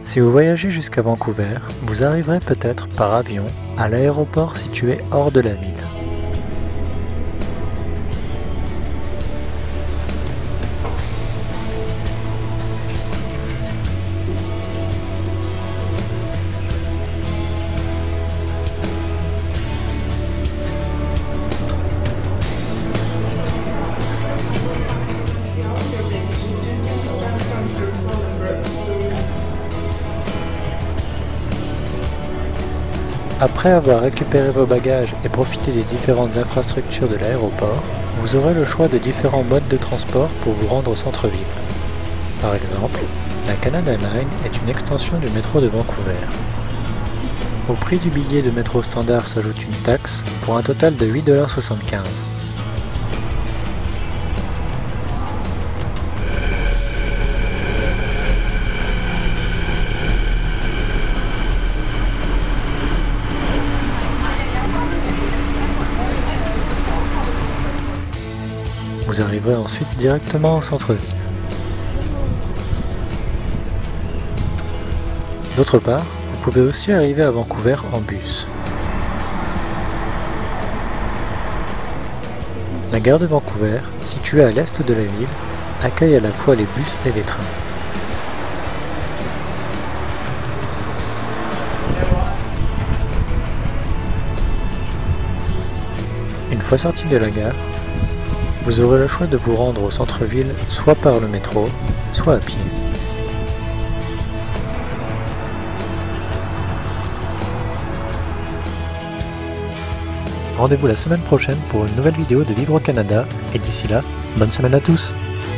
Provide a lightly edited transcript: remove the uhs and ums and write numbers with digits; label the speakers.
Speaker 1: Si vous voyagez jusqu'à Vancouver, vous arriverez peut-être par avion à l'aéroport situé hors de la ville. Après avoir récupéré vos bagages et profité des différentes infrastructures de l'aéroport, vous aurez le choix de différents modes de transport pour vous rendre au centre-ville. Par exemple, la Canada Line est une extension du métro de Vancouver. Au prix du billet de métro standard s'ajoute une taxe pour un total de 8,75 $. Vous arriverez ensuite directement au centre-ville. D'autre part, vous pouvez aussi arriver à Vancouver en bus. La gare de Vancouver, située à l'est de la ville, accueille à la fois les bus et les trains. Une fois sorti de la gare, vous aurez le choix de vous rendre au centre-ville soit par le métro, soit à pied. Rendez-vous la semaine prochaine pour une nouvelle vidéo de Vivre au Canada, et d'ici là, bonne semaine à tous!